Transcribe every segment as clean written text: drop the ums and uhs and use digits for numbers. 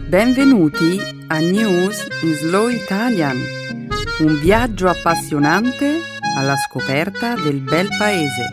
Benvenuti a News in Slow Italian, un viaggio appassionante alla scoperta del bel paese.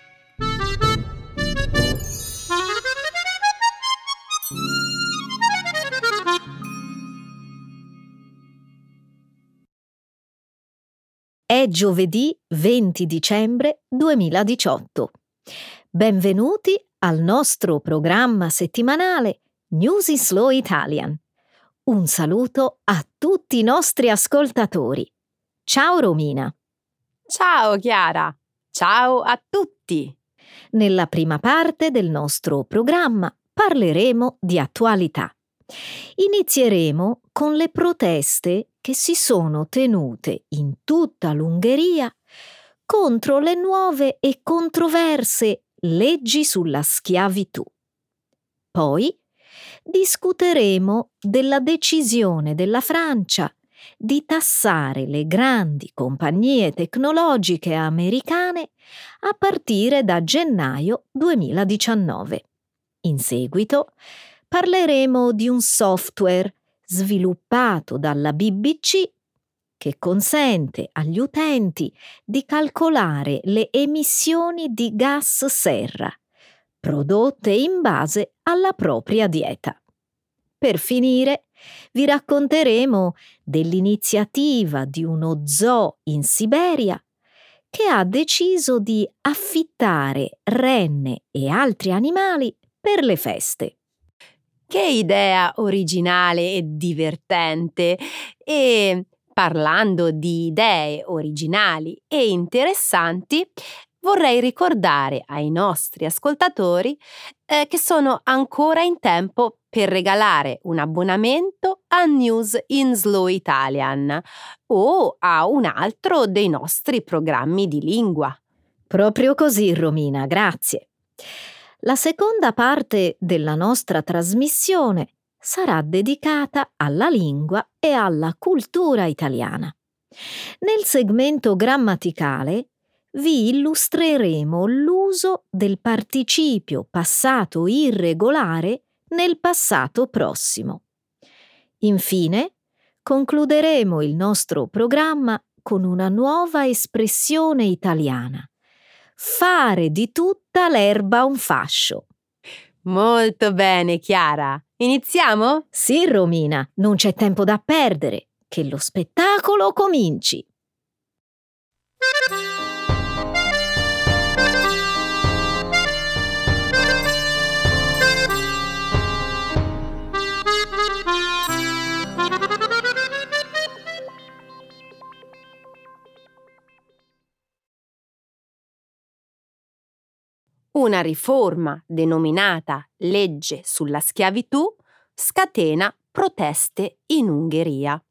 È giovedì 20 dicembre 2018. Benvenuti al nostro programma settimanale News in Slow Italian. Un saluto a tutti i nostri ascoltatori. Ciao Romina. Ciao Chiara. Ciao a tutti. Nella prima parte del nostro programma parleremo di attualità. Inizieremo con le proteste che si sono tenute in tutta l'Ungheria contro le nuove e controverse leggi sulla schiavitù. Poi discuteremo della decisione della Francia di tassare le grandi compagnie tecnologiche americane a partire da gennaio 2019. In seguito parleremo di un software sviluppato dalla BBC che consente agli utenti di calcolare le emissioni di gas serra prodotte in base alla propria dieta. Per finire, vi racconteremo dell'iniziativa di uno zoo in Siberia che ha deciso di affittare renne e altri animali per le feste. Che idea originale e divertente! E parlando di idee originali e interessanti, vorrei ricordare ai nostri ascoltatori che sono ancora in tempo per regalare un abbonamento a News in Slow Italian o a un altro dei nostri programmi di lingua. Proprio così, Romina, grazie. La seconda parte della nostra trasmissione sarà dedicata alla lingua e alla cultura italiana. Nel segmento grammaticale vi illustreremo l'uso del participio passato irregolare nel passato prossimo. Infine, concluderemo il nostro programma con una nuova espressione italiana: fare di tutta l'erba un fascio. Molto bene, Chiara. Iniziamo? Sì, Romina, non c'è tempo da perdere, che lo spettacolo cominci. Una riforma denominata legge sulla schiavitù scatena proteste in Ungheria.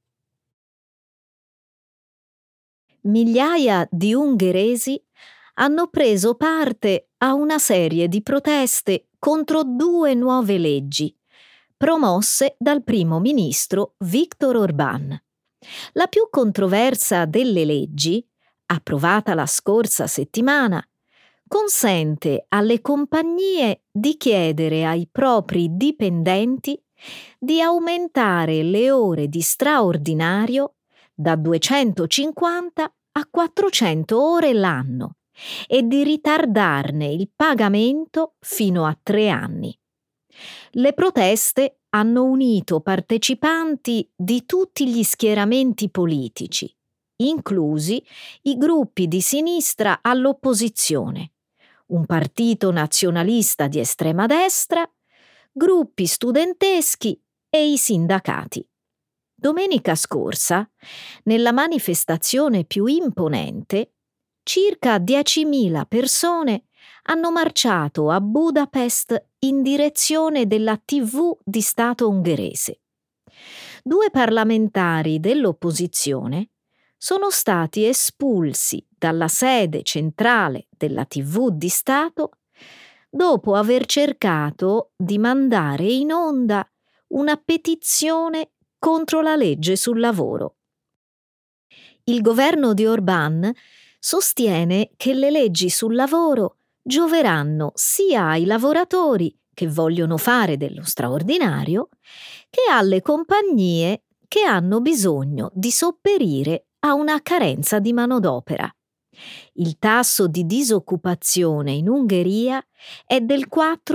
Migliaia di ungheresi hanno preso parte a una serie di proteste contro due nuove leggi promosse dal primo ministro Viktor Orbán. La più controversa delle leggi, approvata la scorsa settimana, consente alle compagnie di chiedere ai propri dipendenti di aumentare le ore di straordinario da 250 a 400 ore l'anno e di ritardarne il pagamento fino a 3 anni. Le proteste hanno unito partecipanti di tutti gli schieramenti politici, inclusi i gruppi di sinistra all'opposizione, un partito nazionalista di estrema destra, gruppi studenteschi e i sindacati. Domenica scorsa, nella manifestazione più imponente, circa 10.000 persone hanno marciato a Budapest in direzione della TV di Stato ungherese. 2 parlamentari dell'opposizione sono stati espulsi dalla sede centrale della TV di Stato dopo aver cercato di mandare in onda una petizione contro la legge sul lavoro. Il governo di Orbán sostiene che le leggi sul lavoro gioveranno sia ai lavoratori che vogliono fare dello straordinario, che alle compagnie che hanno bisogno di sopperire a una carenza di manodopera. Il tasso di disoccupazione in Ungheria è del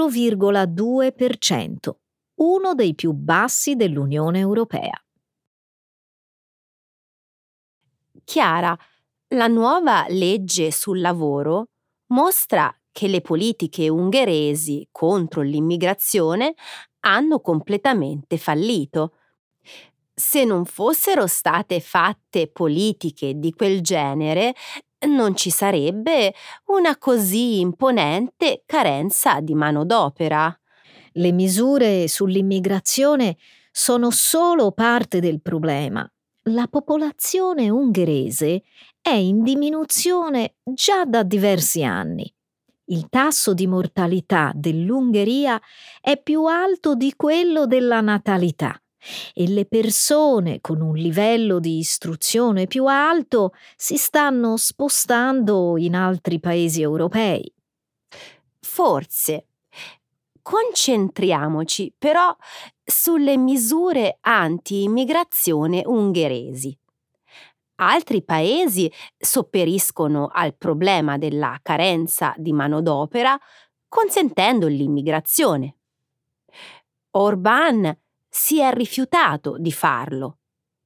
4,2%, uno dei più bassi dell'Unione Europea. Chiara, la nuova legge sul lavoro mostra che le politiche ungheresi contro l'immigrazione hanno completamente fallito. Se non fossero state fatte politiche di quel genere, non ci sarebbe una così imponente carenza di manodopera. Le misure sull'immigrazione sono solo parte del problema. La popolazione ungherese è in diminuzione già da diversi anni. Il tasso di mortalità dell'Ungheria è più alto di quello della natalità e le persone con un livello di istruzione più alto si stanno spostando in altri paesi europei. Forse. Concentriamoci però sulle misure anti-immigrazione ungheresi. Altri paesi sopperiscono al problema della carenza di manodopera consentendo l'immigrazione. Orbán si è rifiutato di farlo.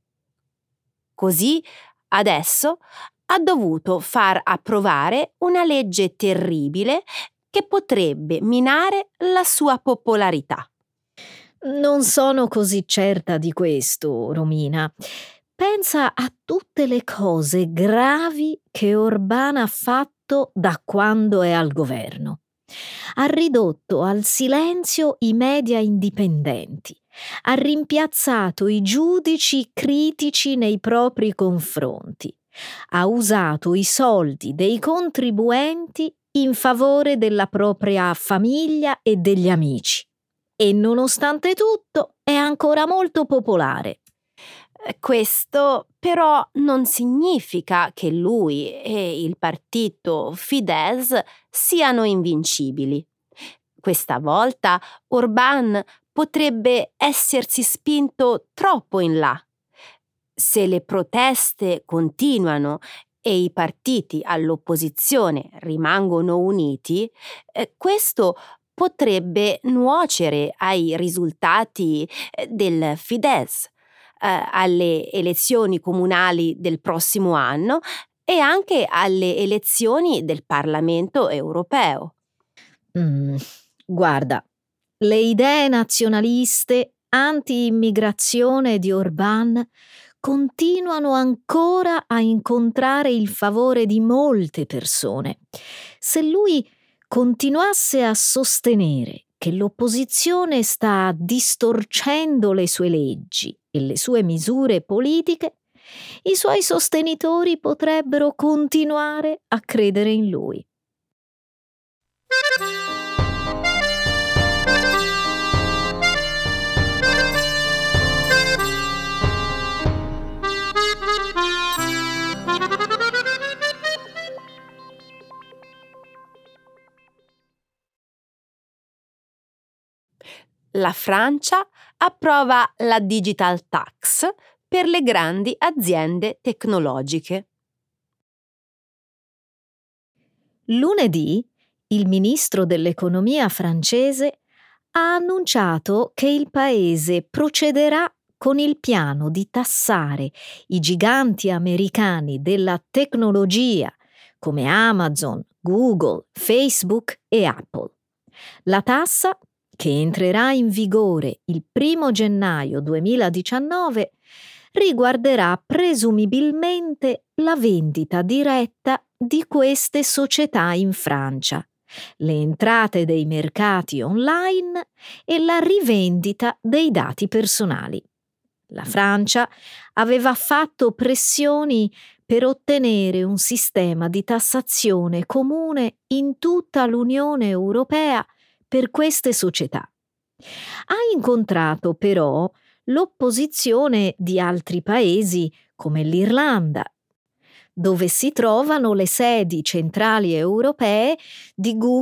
Così adesso ha dovuto far approvare una legge terribile che potrebbe minare la sua popolarità. Non sono così certa di questo, Romina. Pensa a tutte le cose gravi che Orbán ha fatto da quando è al governo. Ha ridotto al silenzio i media indipendenti, ha rimpiazzato i giudici critici nei propri confronti, ha usato i soldi dei contribuenti in favore della propria famiglia e degli amici. E nonostante tutto è ancora molto popolare. Questo però non significa che lui e il partito Fidesz siano invincibili. Questa volta Orbán potrebbe essersi spinto troppo in là. Se le proteste continuano e i partiti all'opposizione rimangono uniti, questo potrebbe nuocere ai risultati del Fidesz, alle elezioni comunali del prossimo anno e anche alle elezioni del Parlamento europeo. Guarda, le idee nazionaliste anti-immigrazione di Orbán continuano ancora a incontrare il favore di molte persone. Se lui continuasse a sostenere che l'opposizione sta distorcendo le sue leggi e le sue misure politiche, i suoi sostenitori potrebbero continuare a credere in lui. La Francia approva la digital tax per le grandi aziende tecnologiche. Lunedì, il ministro dell'economia francese ha annunciato che il paese procederà con il piano di tassare i giganti americani della tecnologia come Amazon, Google, Facebook e Apple. La tassa, che entrerà in vigore il 1 gennaio 2019, riguarderà presumibilmente la vendita diretta di queste società in Francia, le entrate dei mercati online e la rivendita dei dati personali. La Francia aveva fatto pressioni per ottenere un sistema di tassazione comune in tutta l'Unione Europea per queste società. Ha incontrato però l'opposizione di altri paesi come l'Irlanda, dove si trovano le sedi centrali europee di Google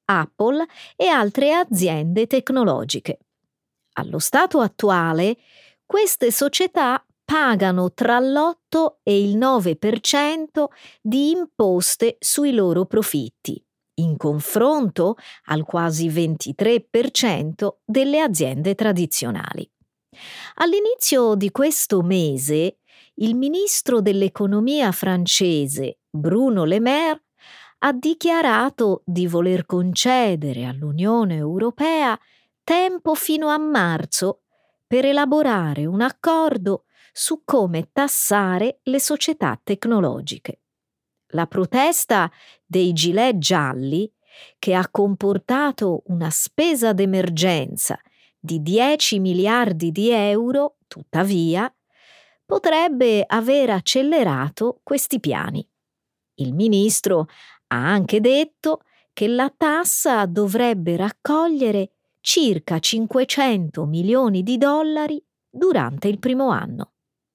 Apple e altre aziende tecnologiche. Allo stato attuale, queste società pagano tra l'8 e il 9% di imposte sui loro profitti, in confronto al quasi 23% delle aziende tradizionali. All'inizio di questo mese, il ministro dell'economia francese, Bruno Le Maire, ha dichiarato di voler concedere all'Unione Europea tempo fino a marzo per elaborare un accordo su come tassare le società tecnologiche. La protesta dei gilet gialli, che ha comportato una spesa d'emergenza di 10 miliardi di euro, tuttavia, potrebbe aver accelerato questi piani. Il ministro ha anche detto che la tassa dovrebbe raccogliere circa 500 milioni di dollari durante il primo anno.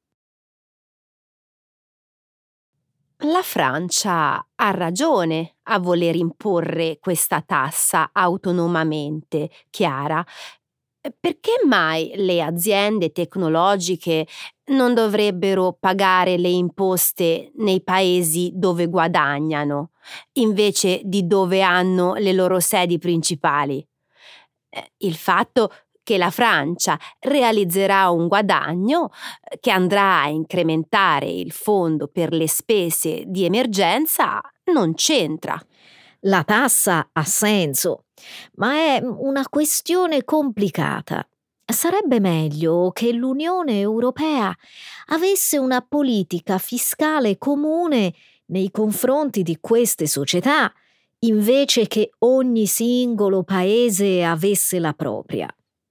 La Francia ha ragione a voler imporre questa tassa autonomamente, Chiara. Perché mai le aziende tecnologiche non dovrebbero pagare le imposte nei paesi dove guadagnano, invece di dove hanno le loro sedi principali? Il fatto che la Francia realizzerà un guadagno che andrà a incrementare il fondo per le spese di emergenza non c'entra. La tassa ha senso, ma è una questione complicata. Sarebbe meglio che l'Unione Europea avesse una politica fiscale comune nei confronti di queste società, invece che ogni singolo paese avesse la propria.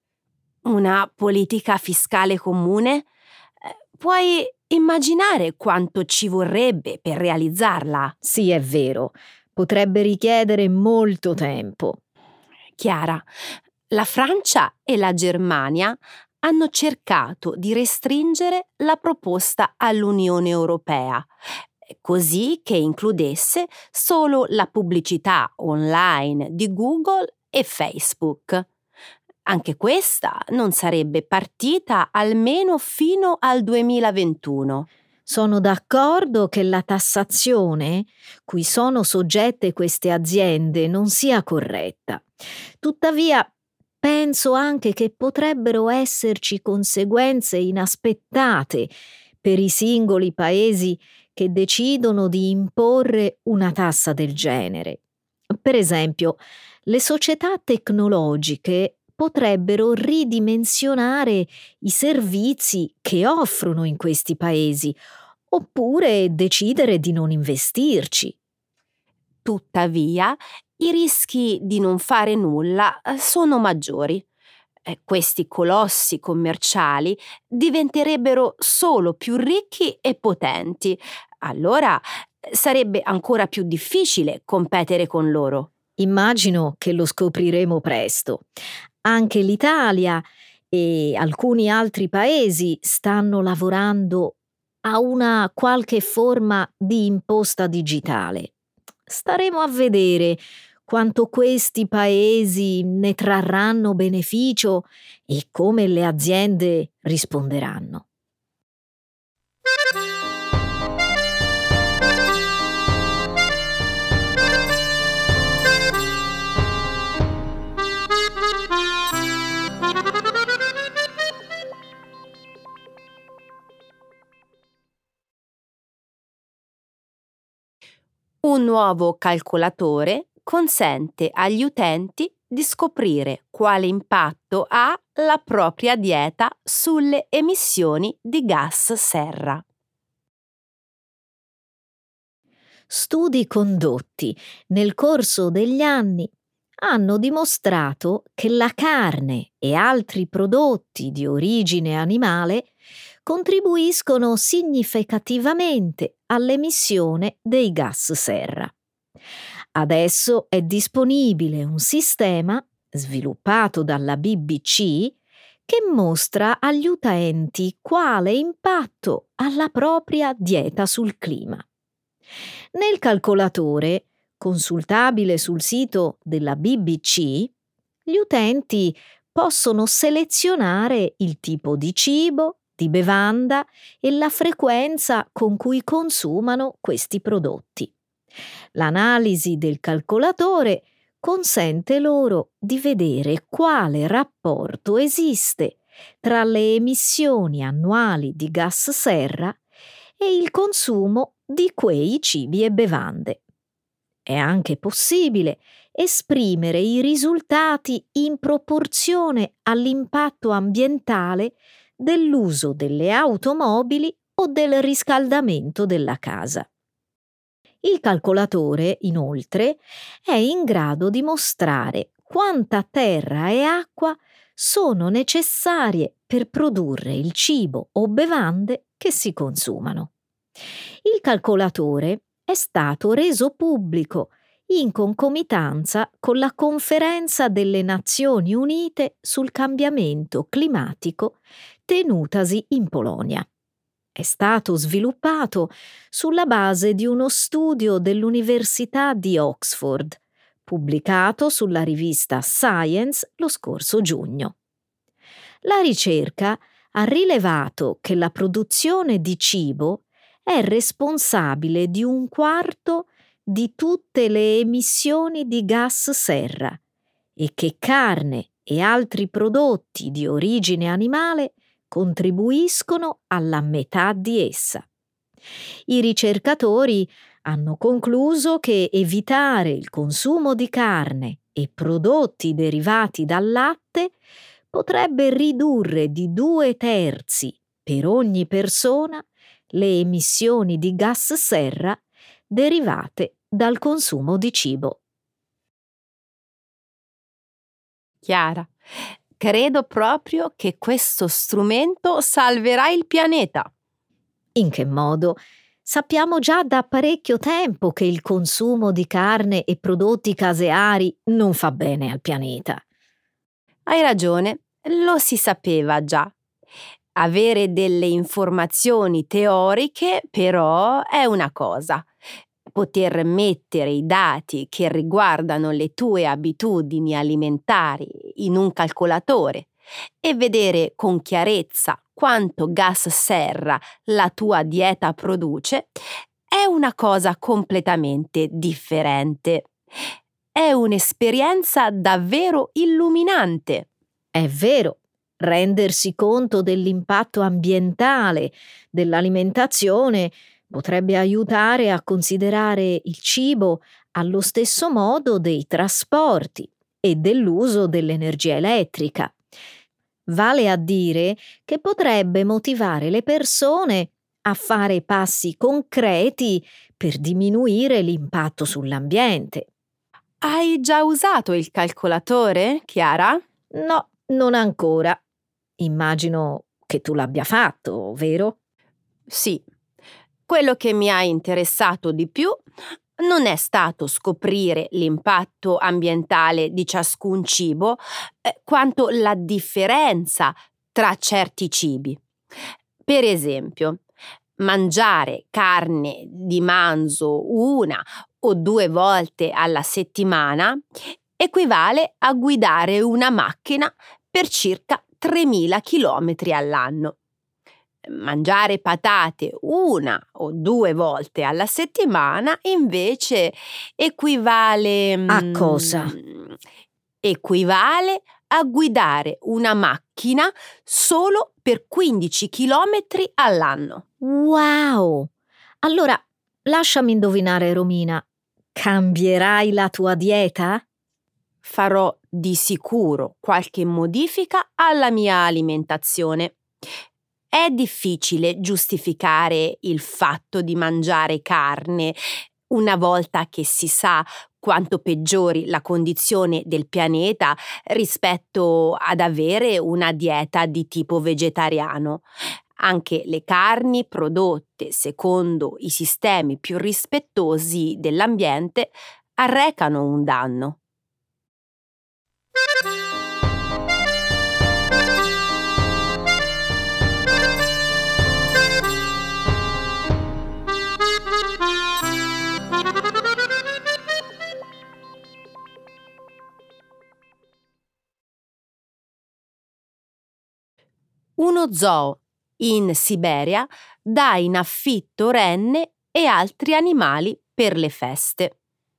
Una politica fiscale comune? Puoi immaginare quanto ci vorrebbe per realizzarla? Sì, è vero, potrebbe richiedere molto tempo. Chiara, la Francia e la Germania hanno cercato di restringere la proposta all'Unione Europea, così che includesse solo la pubblicità online di Google e Facebook. Anche questa non sarebbe partita almeno fino al 2021. Sono d'accordo che la tassazione cui sono soggette queste aziende non sia corretta. Tuttavia, penso anche che potrebbero esserci conseguenze inaspettate per i singoli paesi che decidono di imporre una tassa del genere. Per esempio, le società tecnologiche potrebbero ridimensionare i servizi che offrono in questi paesi, oppure decidere di non investirci. Tuttavia, i rischi di non fare nulla sono maggiori. Questi colossi commerciali diventerebbero solo più ricchi e potenti. Allora sarebbe ancora più difficile competere con loro. Immagino che lo scopriremo presto. Anche l'Italia e alcuni altri paesi stanno lavorando a una qualche forma di imposta digitale. Staremo a vedere quanto questi paesi ne trarranno beneficio e come le aziende risponderanno. Un nuovo calcolatore consente agli utenti di scoprire quale impatto ha la propria dieta sulle emissioni di gas serra. Studi condotti nel corso degli anni hanno dimostrato che la carne e altri prodotti di origine animale contribuiscono significativamente all'emissione dei gas serra. Adesso è disponibile un sistema sviluppato dalla BBC che mostra agli utenti quale impatto ha la propria dieta sul clima. Nel calcolatore consultabile sul sito della BBC, gli utenti possono selezionare il tipo di cibo, di bevanda e la frequenza con cui consumano questi prodotti. L'analisi del calcolatore consente loro di vedere quale rapporto esiste tra le emissioni annuali di gas serra e il consumo di quei cibi e bevande. È anche possibile esprimere i risultati in proporzione all'impatto ambientale dell'uso delle automobili o del riscaldamento della casa. Il calcolatore, inoltre, è in grado di mostrare quanta terra e acqua sono necessarie per produrre il cibo o bevande che si consumano. Il calcolatore è stato reso pubblico in concomitanza con la Conferenza delle Nazioni Unite sul cambiamento climatico tenutasi in Polonia. È stato sviluppato sulla base di uno studio dell'Università di Oxford, pubblicato sulla rivista Science lo scorso giugno. La ricerca ha rilevato che la produzione di cibo è responsabile di 1/4 di tutte le emissioni di gas serra e che carne e altri prodotti di origine animale contribuiscono alla metà di essa. I ricercatori hanno concluso che evitare il consumo di carne e prodotti derivati dal latte potrebbe ridurre di 2/3 per ogni persona le emissioni di gas serra derivate dal consumo di cibo. Chiara, credo proprio che questo strumento salverà il pianeta. In che modo? Sappiamo già da parecchio tempo che il consumo di carne e prodotti caseari non fa bene al pianeta. Hai ragione, lo si sapeva già. Avere delle informazioni teoriche, però, è una cosa. Poter mettere i dati che riguardano le tue abitudini alimentari in un calcolatore e vedere con chiarezza quanto gas serra la tua dieta produce è una cosa completamente differente. È un'esperienza davvero illuminante. È vero, rendersi conto dell'impatto ambientale dell'alimentazione potrebbe aiutare a considerare il cibo allo stesso modo dei trasporti e dell'uso dell'energia elettrica. Vale a dire che potrebbe motivare le persone a fare passi concreti per diminuire l'impatto sull'ambiente. Hai già usato il calcolatore, Chiara? No, non ancora. Immagino che tu l'abbia fatto, vero? Sì. Quello che mi ha interessato di più non è stato scoprire l'impatto ambientale di ciascun cibo, quanto la differenza tra certi cibi. Per esempio, mangiare carne di manzo 1 o 2 volte alla settimana equivale a guidare una macchina per circa 3.000 chilometri all'anno. Mangiare patate 1 o 2 volte alla settimana invece equivale A cosa? Equivale a guidare una macchina solo per 15 chilometri all'anno. Wow! Allora, lasciami indovinare, Romina, cambierai la tua dieta? Farò di sicuro qualche modifica alla mia alimentazione. È difficile giustificare il fatto di mangiare carne una volta che si sa quanto peggiori la condizione del pianeta rispetto ad avere una dieta di tipo vegetariano. Anche le carni prodotte secondo i sistemi più rispettosi dell'ambiente arrecano un danno. Uno zoo in Siberia dà in affitto renne e altri animali per le feste.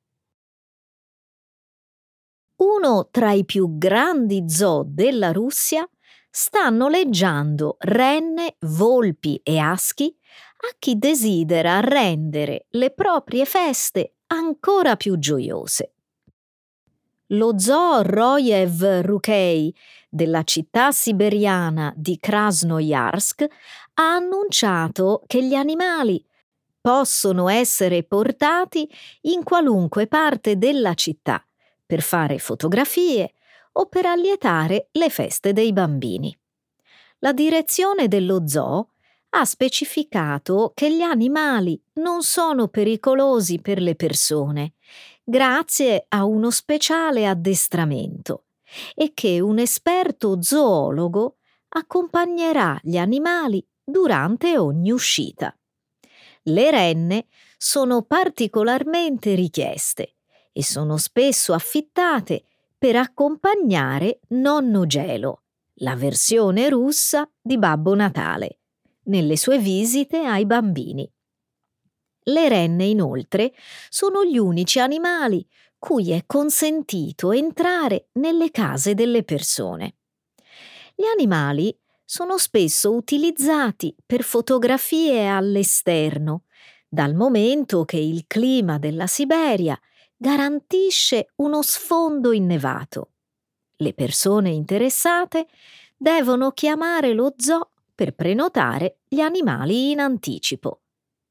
Uno tra i più grandi zoo della Russia sta noleggiando renne, volpi e aschi a chi desidera rendere le proprie feste ancora più gioiose. Lo zoo Royev Rukey della città siberiana di Krasnoyarsk ha annunciato che gli animali possono essere portati in qualunque parte della città per fare fotografie o per allietare le feste dei bambini. La direzione dello zoo ha specificato che gli animali non sono pericolosi per le persone grazie a uno speciale addestramento e che un esperto zoologo accompagnerà gli animali durante ogni uscita. Le renne sono particolarmente richieste e sono spesso affittate per accompagnare Nonno Gelo, la versione russa di Babbo Natale, nelle sue visite ai bambini. Le renne, inoltre, sono gli unici animali cui è consentito entrare nelle case delle persone. Gli animali sono spesso utilizzati per fotografie all'esterno, dal momento che il clima della Siberia garantisce uno sfondo innevato. Le persone interessate devono chiamare lo zoo per prenotare gli animali in anticipo.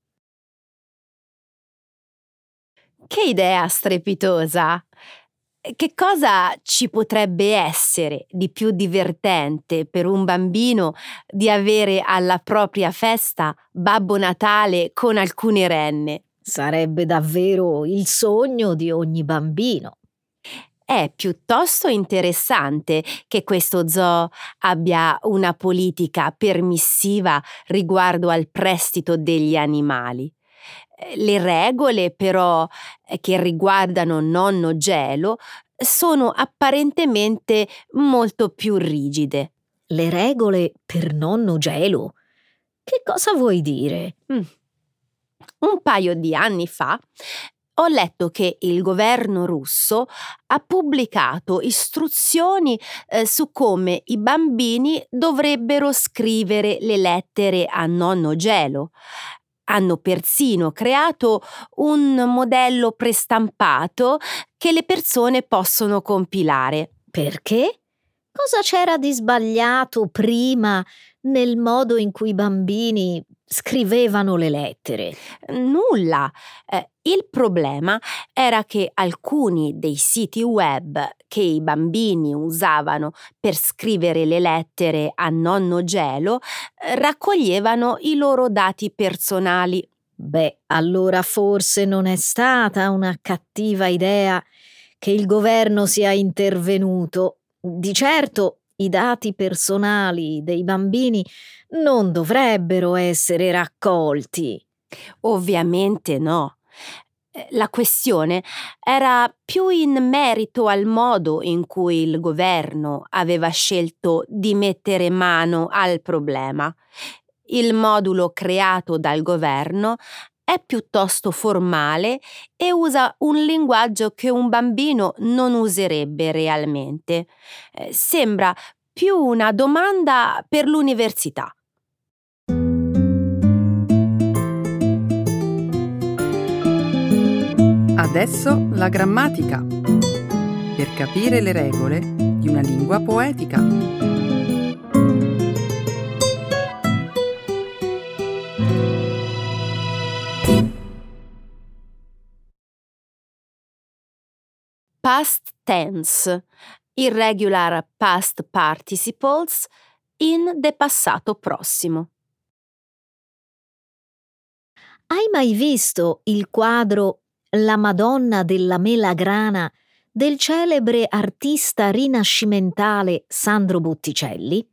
Che idea strepitosa! Che cosa ci potrebbe essere di più divertente per un bambino di avere alla propria festa Babbo Natale con alcune renne? Sarebbe davvero il sogno di ogni bambino. È piuttosto interessante che questo zoo abbia una politica permissiva riguardo al prestito degli animali. Le regole, però, che riguardano Nonno Gelo sono apparentemente molto più rigide. Le regole per Nonno Gelo? Che cosa vuoi dire? Un paio di anni fa ho letto che il governo russo ha pubblicato istruzioni su come i bambini dovrebbero scrivere le lettere a Nonno Gelo. Hanno persino creato un modello prestampato che le persone possono compilare. Perché? Cosa c'era di sbagliato prima nel modo in cui i bambini scrivevano le lettere? Nulla. Il problema era che alcuni dei siti web che i bambini usavano per scrivere le lettere a Nonno Gelo raccoglievano i loro dati personali. Beh, allora forse non è stata una cattiva idea che il governo sia intervenuto. Di certo i dati personali dei bambini non dovrebbero essere raccolti. Ovviamente no. La questione era più in merito al modo in cui il governo aveva scelto di mettere mano al problema. Il modulo creato dal governo è piuttosto formale e usa un linguaggio che un bambino non userebbe realmente. Sembra più una domanda per l'università. Adesso la grammatica, per capire le regole di una lingua poetica. Past tense, irregular past participles in de passato prossimo. Hai mai visto il quadro La Madonna della Melagrana del celebre artista rinascimentale Sandro Botticelli?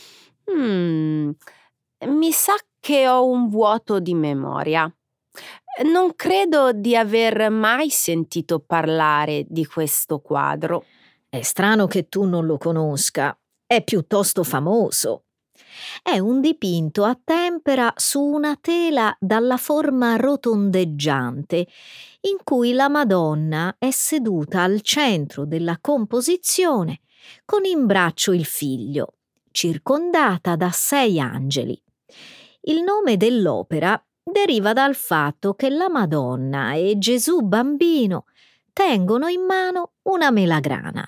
Mi sa che ho un vuoto di memoria. Non credo di aver mai sentito parlare di questo quadro. È strano che tu non lo conosca, è piuttosto famoso. È un dipinto a tempera su una tela dalla forma rotondeggiante, in cui la Madonna è seduta al centro della composizione, con in braccio il figlio, circondata da 6 angeli. Il nome dell'opera deriva dal fatto che la Madonna e Gesù bambino tengono in mano una melagrana.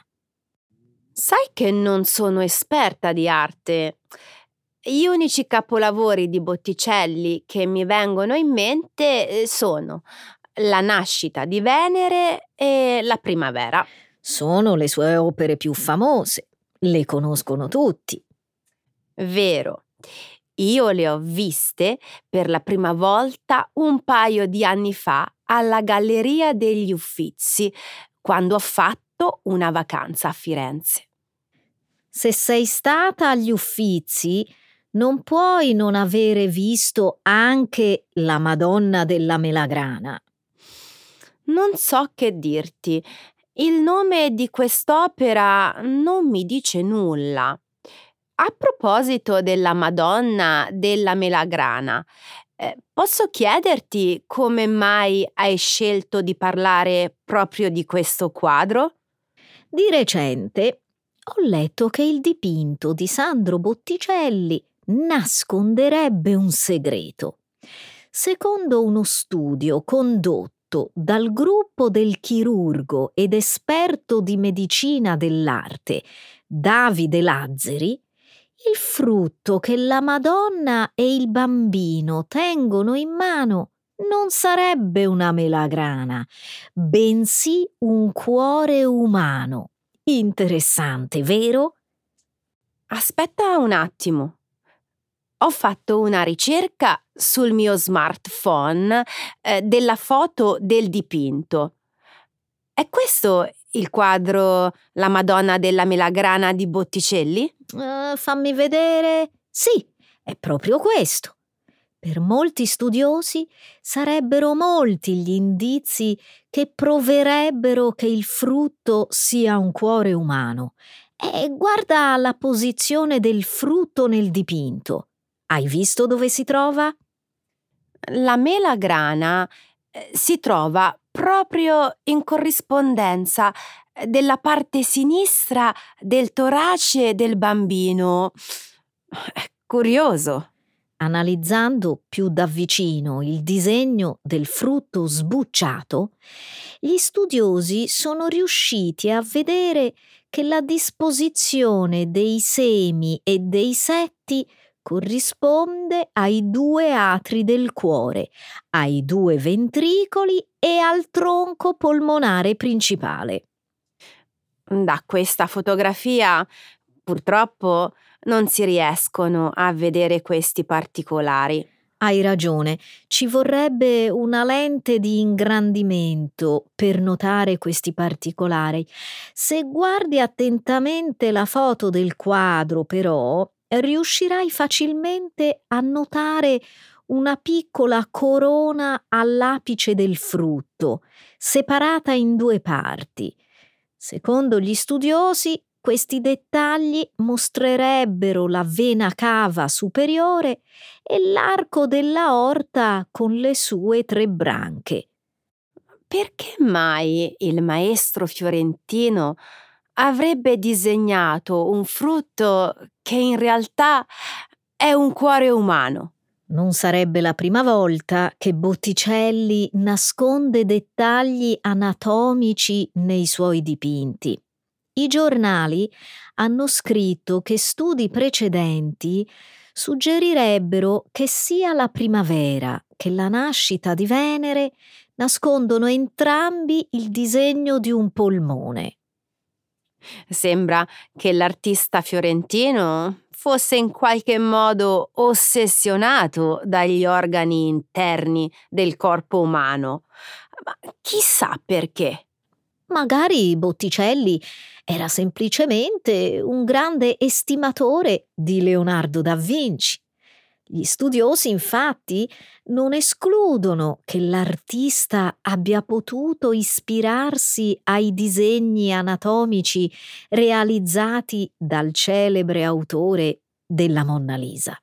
Sai che non sono esperta di arte. Gli unici capolavori di Botticelli che mi vengono in mente sono La nascita di Venere e La primavera. Sono le sue opere più famose, le conoscono tutti. Vero. Io le ho viste per la prima volta un paio di anni fa alla Galleria degli Uffizi, quando ho fatto una vacanza a Firenze. Se sei stata agli Uffizi, non puoi non avere visto anche la Madonna della Melagrana. Non so che dirti. Il nome di quest'opera non mi dice nulla. A proposito della Madonna della Melagrana, posso chiederti come mai hai scelto di parlare proprio di questo quadro? Di recente ho letto che il dipinto di Sandro Botticelli nasconderebbe un segreto. Secondo uno studio condotto dal gruppo del chirurgo ed esperto di medicina dell'arte Davide Lazzeri, il frutto che la Madonna e il bambino tengono in mano non sarebbe una melagrana, bensì un cuore umano. Interessante, vero? Aspetta un attimo. Ho fatto una ricerca sul mio smartphone della foto del dipinto. È questo il quadro La Madonna della Melagrana di Botticelli? Fammi vedere. Sì, è proprio questo. Per molti studiosi sarebbero molti gli indizi che proverebbero che il frutto sia un cuore umano. E guarda la posizione del frutto nel dipinto. Hai visto dove si trova? La melagrana si trova proprio in corrispondenza della parte sinistra del torace del bambino. È curioso. Analizzando più da vicino il disegno del frutto sbucciato, gli studiosi sono riusciti a vedere che la disposizione dei semi e dei setti corrisponde ai 2 atri del cuore, ai 2 ventricoli e al tronco polmonare principale. Da questa fotografia, purtroppo, non si riescono a vedere questi particolari. Hai ragione, ci vorrebbe una lente di ingrandimento per notare questi particolari. Se guardi attentamente la foto del quadro, però, riuscirai facilmente a notare una piccola corona all'apice del frutto, separata in 2 parti. Secondo gli studiosi, questi dettagli mostrerebbero la vena cava superiore e l'arco dell'aorta con le sue 3 branche. Perché mai il maestro fiorentino avrebbe disegnato un frutto che in realtà è un cuore umano? Non sarebbe la prima volta che Botticelli nasconde dettagli anatomici nei suoi dipinti. I giornali hanno scritto che studi precedenti suggerirebbero che sia la primavera che la nascita di Venere nascondono entrambi il disegno di un polmone. Sembra che l'artista fiorentino fosse in qualche modo ossessionato dagli organi interni del corpo umano. Ma chissà perché. Magari Botticelli era semplicemente un grande estimatore di Leonardo da Vinci. Gli studiosi, infatti, non escludono che l'artista abbia potuto ispirarsi ai disegni anatomici realizzati dal celebre autore della Monna Lisa.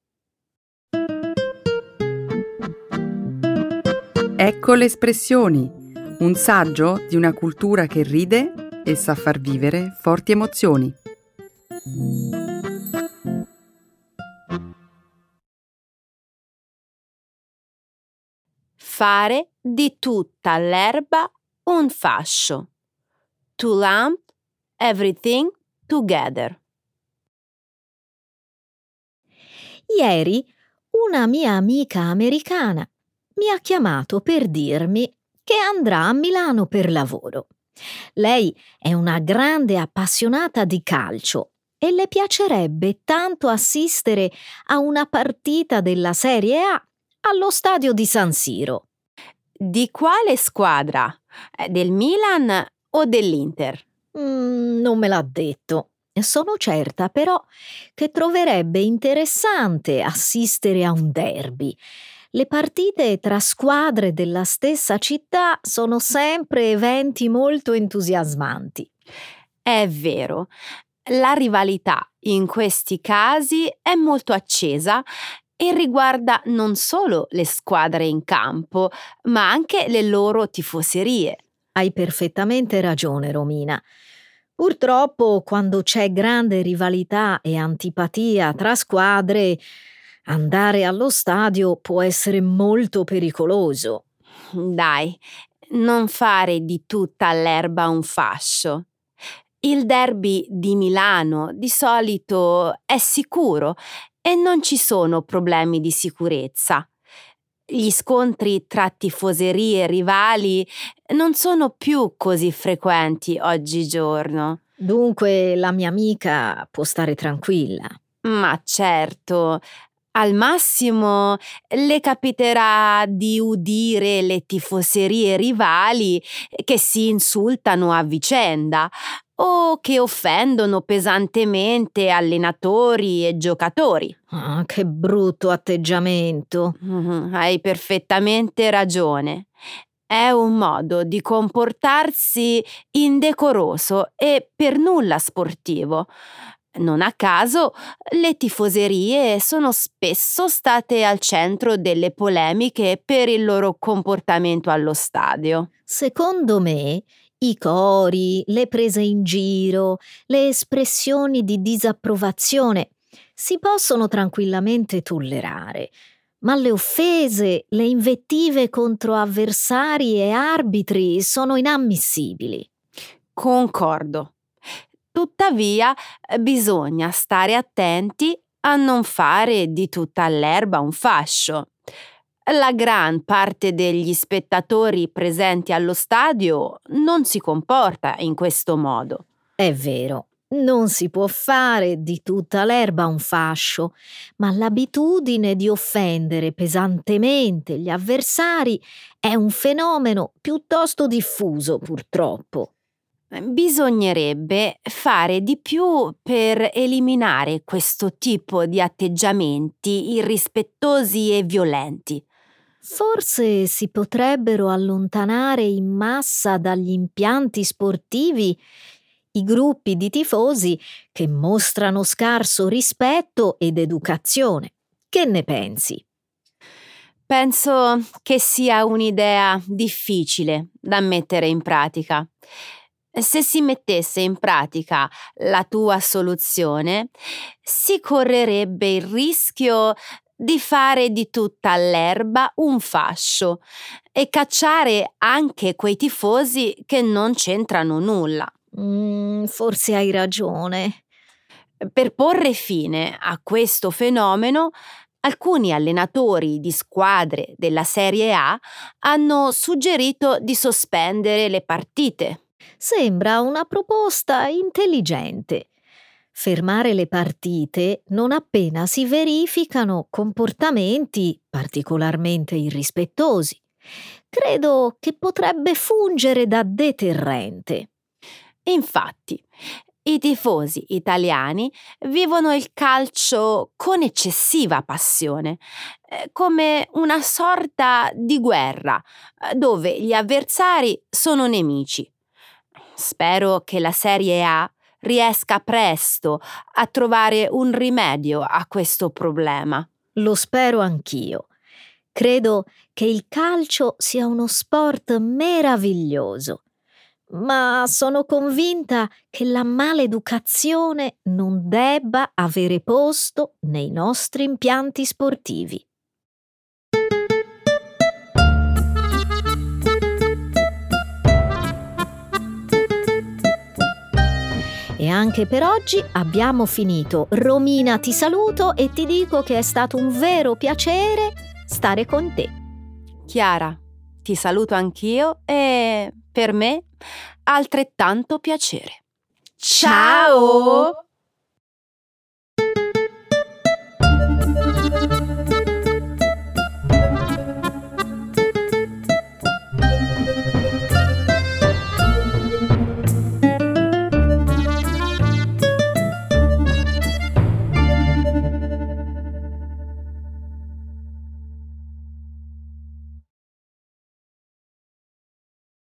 Ecco le espressioni, un saggio di una cultura che ride e sa far vivere forti emozioni. Fare di tutta l'erba un fascio. To lump everything together. Ieri una mia amica americana mi ha chiamato per dirmi che andrà a Milano per lavoro. Lei è una grande appassionata di calcio e le piacerebbe tanto assistere a una partita della Serie A allo stadio di San Siro. Di quale squadra? Del Milan o dell'Inter? Non me l'ha detto. Sono certa però che troverebbe interessante assistere a un derby. Le partite tra squadre della stessa città sono sempre eventi molto entusiasmanti. È vero, la rivalità in questi casi è molto accesa e riguarda non solo le squadre in campo, ma anche le loro tifoserie. Hai perfettamente ragione, Romina. Purtroppo, quando c'è grande rivalità e antipatia tra squadre, andare allo stadio può essere molto pericoloso. Dai, non fare di tutta l'erba un fascio. Il derby di Milano di solito è sicuro e non ci sono problemi di sicurezza. Gli scontri tra tifoserie rivali non sono più così frequenti oggigiorno. Dunque la mia amica può stare tranquilla. Ma certo, al massimo le capiterà di udire le tifoserie rivali che si insultano a vicenda o che offendono pesantemente allenatori e giocatori. Ah, che brutto atteggiamento. Hai perfettamente ragione. È un modo di comportarsi indecoroso e per nulla sportivo. Non a caso, le tifoserie sono spesso state al centro delle polemiche per il loro comportamento allo stadio. Secondo me, i cori, le prese in giro, le espressioni di disapprovazione si possono tranquillamente tollerare, ma le offese, le invettive contro avversari e arbitri sono inammissibili. Concordo. Tuttavia, bisogna stare attenti a non fare di tutta l'erba un fascio. La gran parte degli spettatori presenti allo stadio non si comporta in questo modo. È vero, non si può fare di tutta l'erba un fascio, ma l'abitudine di offendere pesantemente gli avversari è un fenomeno piuttosto diffuso, purtroppo. Bisognerebbe fare di più per eliminare questo tipo di atteggiamenti irrispettosi e violenti. Forse si potrebbero allontanare in massa dagli impianti sportivi i gruppi di tifosi che mostrano scarso rispetto ed educazione. Che ne pensi? Penso che sia un'idea difficile da mettere in pratica. Se si mettesse in pratica la tua soluzione, si correrebbe il rischio di fare di tutta l'erba un fascio e cacciare anche quei tifosi che non c'entrano nulla. Forse hai ragione. Per porre fine a questo fenomeno, alcuni allenatori di squadre della Serie A hanno suggerito di sospendere le partite. Sembra una proposta intelligente. Fermare le partite non appena si verificano comportamenti particolarmente irrispettosi. Credo che potrebbe fungere da deterrente. Infatti, i tifosi italiani vivono il calcio con eccessiva passione, come una sorta di guerra, dove gli avversari sono nemici. Spero che la Serie A riesca presto a trovare un rimedio a questo problema. Lo spero anch'io. Credo che il calcio sia uno sport meraviglioso, ma sono convinta che la maleducazione non debba avere posto nei nostri impianti sportivi. E anche per oggi abbiamo finito. Romina, ti saluto e ti dico che è stato un vero piacere stare con te. Chiara, ti saluto anch'io e per me altrettanto piacere. Ciao!